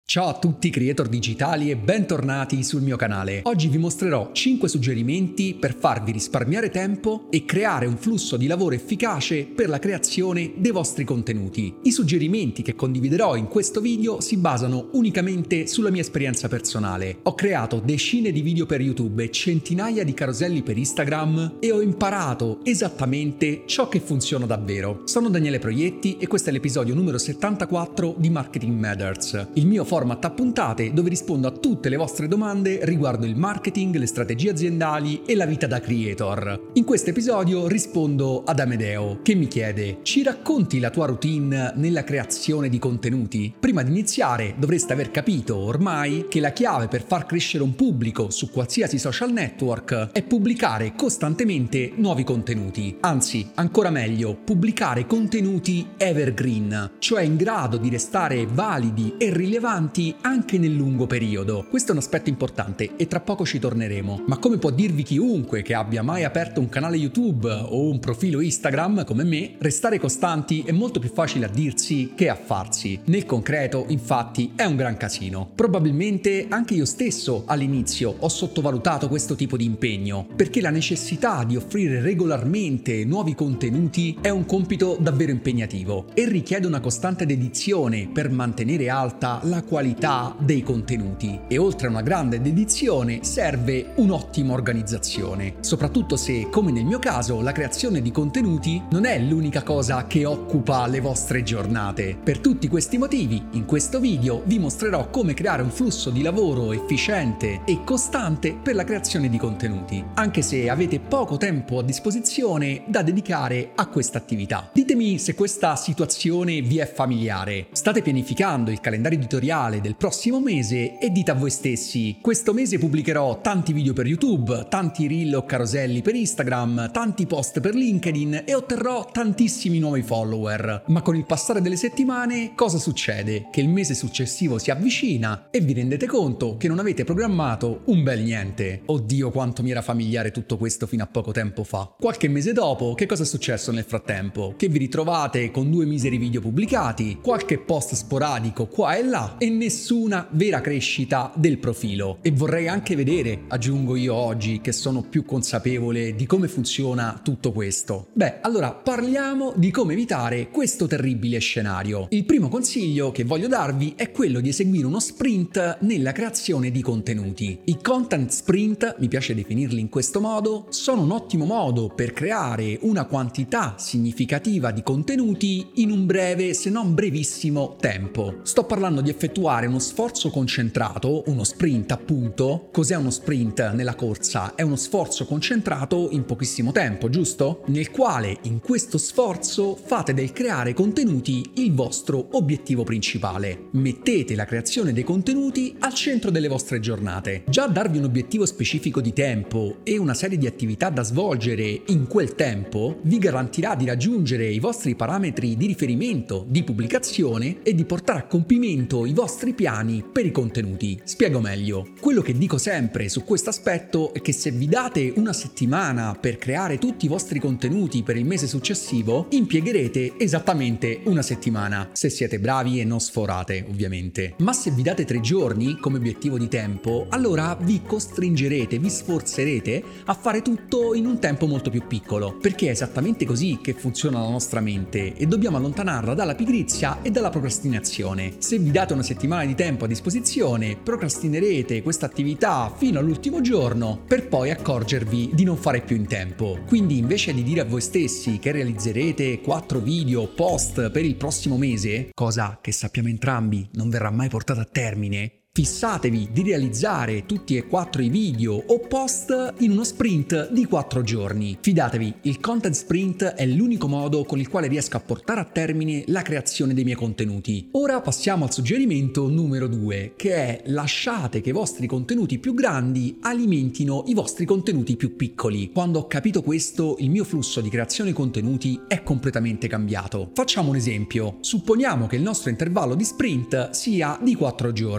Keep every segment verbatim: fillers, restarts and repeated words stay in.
Ciao a tutti creator digitali e bentornati sul mio canale. Oggi vi mostrerò cinque suggerimenti per farvi risparmiare tempo e creare un flusso di lavoro efficace per la creazione dei vostri contenuti. I suggerimenti che condividerò in questo video si basano unicamente sulla mia esperienza personale. Ho creato decine di video per YouTube e centinaia di caroselli per Instagram e ho imparato esattamente ciò che funziona davvero. Sono Daniele Proietti e questo è l'episodio numero settantaquattro di Marketing Matters, il mio format a puntate dove rispondo a tutte le vostre domande riguardo il marketing, le strategie aziendali e la vita da creator. In questo episodio rispondo ad Amedeo che mi chiede: ci racconti la tua routine nella creazione di contenuti? Prima di iniziare dovreste aver capito ormai che la chiave per far crescere un pubblico su qualsiasi social network è pubblicare costantemente nuovi contenuti, anzi ancora meglio pubblicare contenuti evergreen, cioè in grado di restare validi e rilevanti anche nel lungo periodo. Questo è un aspetto importante e tra poco ci torneremo, ma come può dirvi chiunque che abbia mai aperto un canale YouTube o un profilo Instagram come me, restare costanti è molto più facile a dirsi che a farsi. Nel concreto, infatti, è un gran casino. Probabilmente anche io stesso all'inizio ho sottovalutato questo tipo di impegno, perché la necessità di offrire regolarmente nuovi contenuti è un compito davvero impegnativo e richiede una costante dedizione per mantenere alta la qualità dei contenuti, e oltre a una grande dedizione serve un'ottima organizzazione, soprattutto se, come nel mio caso, la creazione di contenuti non è l'unica cosa che occupa le vostre giornate. Per tutti questi motivi, in questo video vi mostrerò come creare un flusso di lavoro efficiente e costante per la creazione di contenuti, anche se avete poco tempo a disposizione da dedicare a questa attività. Ditemi se questa situazione vi è familiare. State pianificando il calendario editoriale del prossimo mese e dite a voi stessi: questo mese pubblicherò tanti video per YouTube, tanti reel o caroselli per Instagram, tanti post per LinkedIn e otterrò tantissimi nuovi follower. Ma con il passare delle settimane cosa succede? Che il mese successivo si avvicina e vi rendete conto che non avete programmato un bel niente. Oddio, quanto mi era familiare tutto questo fino a poco tempo fa. Qualche mese dopo, che cosa è successo nel frattempo? Che vi ritrovate con due miseri video pubblicati, qualche post sporadico qua e là e nessuna vera crescita del profilo. E vorrei anche vedere, aggiungo io oggi che sono più consapevole di come funziona tutto questo. Beh, allora parliamo di come evitare questo terribile scenario. Il primo consiglio che voglio darvi è quello di eseguire uno sprint nella creazione di contenuti. I content sprint, mi piace definirli in questo modo, sono un ottimo modo per creare una quantità significativa di contenuti in un breve, se non brevissimo tempo. Sto parlando di effettuare uno sforzo concentrato, uno sprint appunto. Cos'è uno sprint nella corsa? È uno sforzo concentrato in pochissimo tempo, giusto? Nel quale in questo sforzo fate del creare contenuti il vostro obiettivo principale. Mettete la creazione dei contenuti al centro delle vostre giornate. Già darvi un obiettivo specifico di tempo e una serie di attività da svolgere in quel tempo vi garantirà di raggiungere i vostri parametri di riferimento di pubblicazione e di portare a compimento i vostri piani per i contenuti. Spiego meglio. Quello che dico sempre su questo aspetto è che se vi date una settimana per creare tutti i vostri contenuti per il mese successivo, impiegherete esattamente una settimana, se siete bravi e non sforate, ovviamente. Ma se vi date tre giorni come obiettivo di tempo, allora vi costringerete, vi sforzerete a fare tutto in un tempo molto più piccolo, perché è esattamente così che funziona la nostra mente e dobbiamo allontanarla dalla pigrizia e dalla procrastinazione. Se vi date una settimana di tempo a disposizione, procrastinerete questa attività fino all'ultimo giorno per poi accorgervi di non fare più in tempo. Quindi invece di dire a voi stessi che realizzerete quattro video post per il prossimo mese, cosa che sappiamo entrambi non verrà mai portata a termine, fissatevi di realizzare tutti e quattro i video o post in uno sprint di quattro giorni. Fidatevi, il content sprint è l'unico modo con il quale riesco a portare a termine la creazione dei miei contenuti. Ora passiamo al suggerimento numero due, che è: lasciate che i vostri contenuti più grandi alimentino i vostri contenuti più piccoli. Quando ho capito questo, il mio flusso di creazione contenuti è completamente cambiato. Facciamo un esempio. Supponiamo che il nostro intervallo di sprint sia di quattro giorni e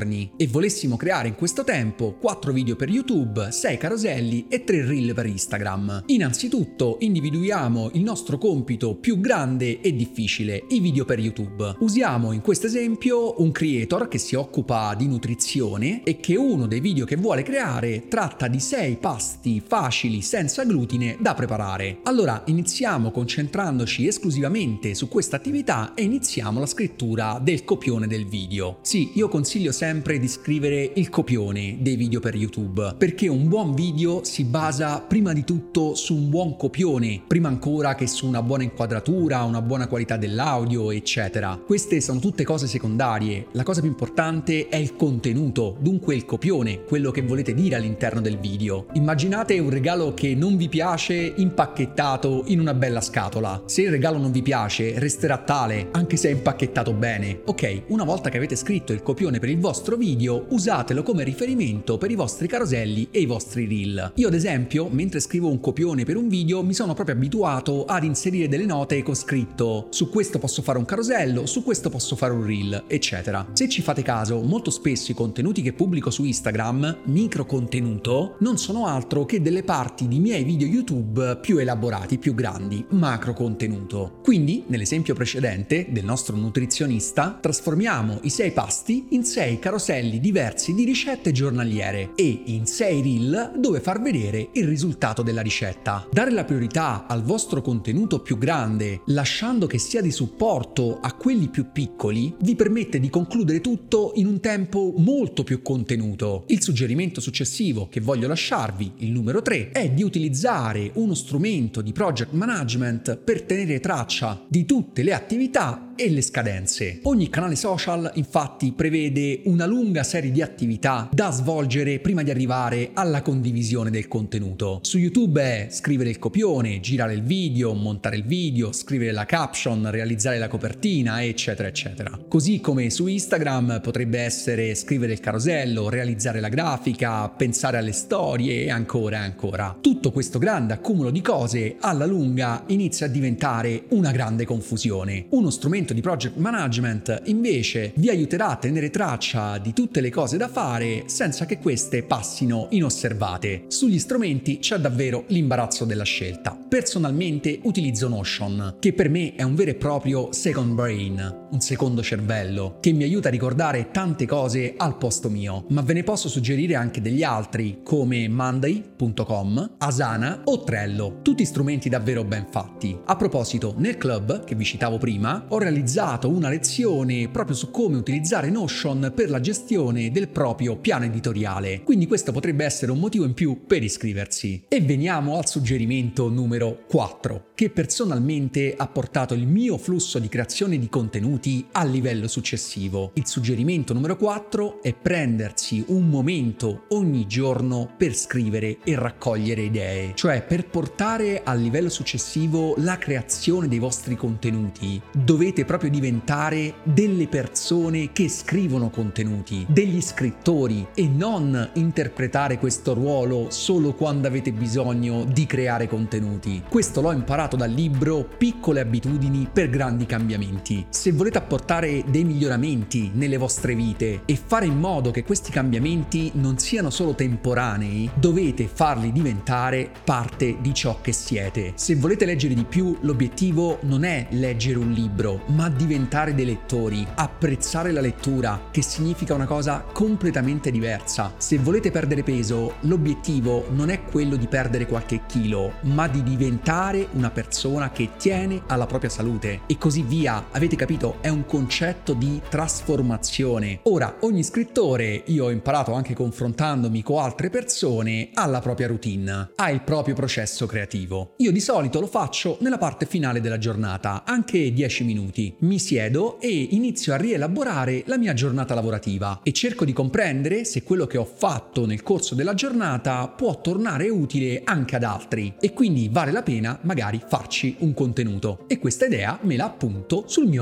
volessimo creare in questo tempo quattro video per YouTube, sei caroselli e tre reel per Instagram. Innanzitutto individuiamo il nostro compito più grande e difficile, i video per YouTube. Usiamo in questo esempio un creator che si occupa di nutrizione e che uno dei video che vuole creare tratta di sei pasti facili senza glutine da preparare. Allora iniziamo concentrandoci esclusivamente su questa attività e iniziamo la scrittura del copione del video. Sì, io consiglio sempre di scrivere il copione dei video per YouTube, perché un buon video si basa prima di tutto su un buon copione, prima ancora che su una buona inquadratura, una buona qualità dell'audio, eccetera. Queste sono tutte cose secondarie, la cosa più importante è il contenuto, dunque il copione, quello che volete dire all'interno del video. Immaginate un regalo che non vi piace impacchettato in una bella scatola. Se il regalo non vi piace, resterà tale, anche se è impacchettato bene. Ok, una volta che avete scritto il copione per il vostro video, usatelo come riferimento per i vostri caroselli e i vostri reel. Io ad esempio, mentre scrivo un copione per un video, mi sono proprio abituato ad inserire delle note con scritto su questo posso fare un carosello, su questo posso fare un reel, eccetera. Se ci fate caso, molto spesso i contenuti che pubblico su Instagram, micro contenuto, non sono altro che delle parti di miei video YouTube più elaborati, più grandi, macro contenuto. Quindi, nell'esempio precedente del nostro nutrizionista, trasformiamo i sei pasti in sei caroselli diversi di ricette giornaliere e in sei reel dove far vedere il risultato della ricetta. Dare la priorità al vostro contenuto più grande, lasciando che sia di supporto a quelli più piccoli, vi permette di concludere tutto in un tempo molto più contenuto. Il suggerimento successivo che voglio lasciarvi, il numero tre, è di utilizzare uno strumento di project management per tenere traccia di tutte le attività e le scadenze. Ogni canale social infatti prevede una lunga serie di attività da svolgere prima di arrivare alla condivisione del contenuto. Su YouTube è scrivere il copione, girare il video, montare il video, scrivere la caption, realizzare la copertina, eccetera eccetera. Così come su Instagram potrebbe essere scrivere il carosello, realizzare la grafica, pensare alle storie e ancora e ancora. Tutto questo grande accumulo di cose alla lunga inizia a diventare una grande confusione. Uno strumento di project management invece vi aiuterà a tenere traccia di tutte le cose da fare senza che queste passino inosservate. Sugli strumenti c'è davvero l'imbarazzo della scelta. Personalmente utilizzo Notion, che per me è un vero e proprio second brain, un secondo cervello, che mi aiuta a ricordare tante cose al posto mio, ma ve ne posso suggerire anche degli altri come monday punto com, Asana o Trello, tutti strumenti davvero ben fatti. A proposito, nel club che vi citavo prima, ho realizzato una lezione proprio su come utilizzare Notion per la gestione del proprio piano editoriale, quindi questo potrebbe essere un motivo in più per iscriversi. E veniamo al suggerimento numero quattro, che personalmente ha portato il mio flusso di creazione di contenuti al livello successivo. Il suggerimento numero quattro è prendersi un momento ogni giorno per scrivere e raccogliere idee, cioè per portare al livello successivo la creazione dei vostri contenuti. Dovete proprio diventare delle persone che scrivono contenuti, degli scrittori, e non interpretare questo ruolo solo quando avete bisogno di creare contenuti. Questo l'ho imparato dal libro Piccole abitudini per grandi cambiamenti. Se volete apportare dei miglioramenti nelle vostre vite e fare in modo che questi cambiamenti non siano solo temporanei, dovete farli diventare parte di ciò che siete. Se volete leggere di più, l'obiettivo non è leggere un libro, ma diventare dei lettori, apprezzare la lettura, che significa una cosa completamente diversa. Se volete perdere peso, l'obiettivo non è quello di perdere qualche chilo, ma di diventare una persona che tiene alla propria salute e così via. Avete capito? È un concetto di trasformazione. Ora, ogni scrittore, io ho imparato anche confrontandomi con altre persone, ha la propria routine, ha il proprio processo creativo. Io di solito lo faccio nella parte finale della giornata, anche dieci minuti. Mi siedo e inizio a rielaborare la mia giornata lavorativa e cerco di comprendere se quello che ho fatto nel corso della giornata può tornare utile anche ad altri e quindi vale la pena magari farci un contenuto. E questa idea me la appunto sul mio caro Notion.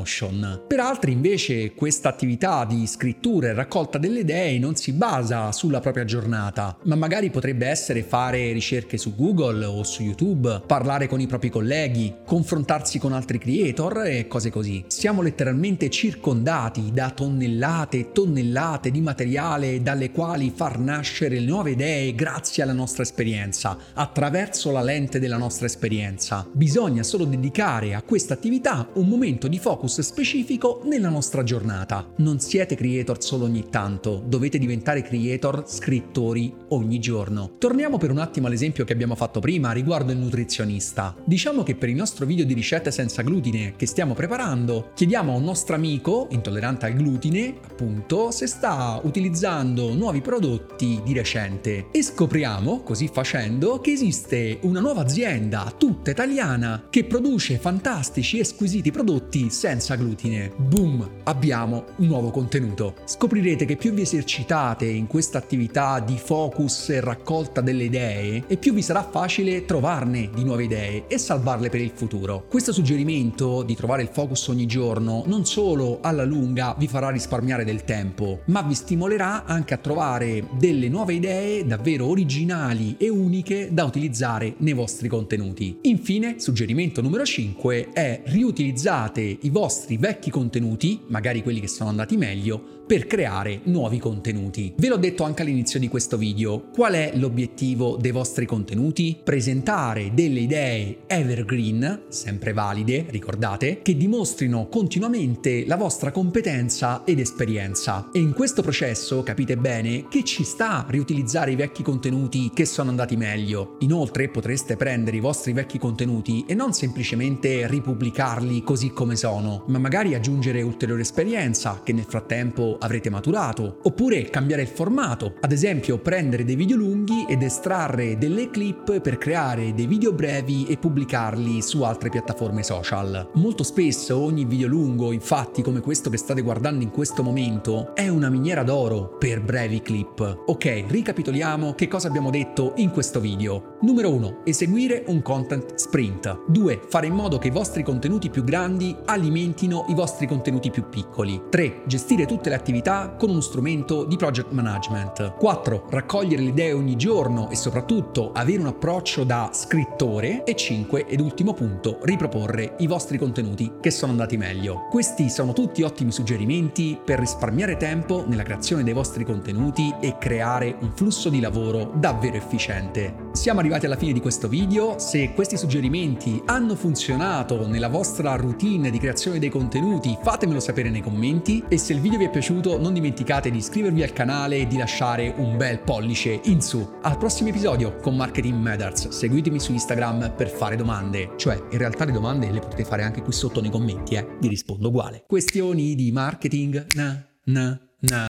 Notion. Per altri invece questa attività di scrittura e raccolta delle idee non si basa sulla propria giornata, ma magari potrebbe essere fare ricerche su Google o su YouTube, parlare con i propri colleghi, confrontarsi con altri creator e cose così. Siamo letteralmente circondati da tonnellate e tonnellate di materiale dalle quali far nascere le nuove idee grazie alla nostra esperienza, attraverso la lente della nostra esperienza. Bisogna solo dedicare a questa attività un momento di focus specifico nella nostra giornata. Non siete creator solo ogni tanto, dovete diventare creator scrittori ogni giorno. Torniamo per un attimo all'esempio che abbiamo fatto prima riguardo il nutrizionista. Diciamo che per il nostro video di ricette senza glutine che stiamo preparando, chiediamo a un nostro amico intollerante al glutine, appunto, se sta utilizzando nuovi prodotti di recente e scopriamo, così facendo, che esiste una nuova azienda tutta italiana che produce fantastici e squisiti prodotti senza glutine. Boom! Abbiamo un nuovo contenuto. Scoprirete che più vi esercitate in questa attività di focus e raccolta delle idee e più vi sarà facile trovarne di nuove idee e salvarle per il futuro. Questo suggerimento di trovare il focus ogni giorno non solo alla lunga vi farà risparmiare del tempo, ma vi stimolerà anche a trovare delle nuove idee davvero originali e uniche da utilizzare nei vostri contenuti. Infine, suggerimento numero cinque è: riutilizzate i vostri vecchi contenuti, magari quelli che sono andati meglio, per creare nuovi contenuti. Ve l'ho detto anche all'inizio di questo video, qual è l'obiettivo dei vostri contenuti? Presentare delle idee evergreen, sempre valide, ricordate, che dimostrino continuamente la vostra competenza ed esperienza. E in questo processo capite bene che ci sta a riutilizzare i vecchi contenuti che sono andati meglio. Inoltre potreste prendere i vostri vecchi contenuti e non semplicemente ripubblicarli così come sono, ma magari aggiungere ulteriore esperienza che nel frattempo avrete maturato, oppure cambiare il formato, ad esempio prendere dei video lunghi ed estrarre delle clip per creare dei video brevi e pubblicarli su altre piattaforme social. Molto spesso ogni video lungo, infatti, come questo che state guardando in questo momento, è una miniera d'oro per brevi clip. Ok, ricapitoliamo che cosa abbiamo detto in questo video. Numero uno. Eseguire un content sprint. due. Fare in modo che i vostri contenuti più grandi alimentino i vostri contenuti più piccoli. tre. Gestire tutte le attività con uno strumento di project management. quattro. Raccogliere le idee ogni giorno e soprattutto avere un approccio da scrittore. E cinque. Ed ultimo punto, riproporre i vostri contenuti che sono andati meglio. Questi sono tutti ottimi suggerimenti per risparmiare tempo nella creazione dei vostri contenuti e creare un flusso di lavoro davvero efficiente. Siamo arrivati alla fine di questo video. Se questi suggerimenti hanno funzionato nella vostra routine di creazione dei contenuti, fatemelo sapere nei commenti, e se il video vi è piaciuto non dimenticate di iscrivervi al canale e di lasciare un bel pollice in su. Al prossimo episodio con Marketing Matters. Seguitemi su Instagram per fare domande, cioè in realtà le domande le potete fare anche qui sotto nei commenti, eh, vi rispondo uguale. Questioni di marketing, na na na.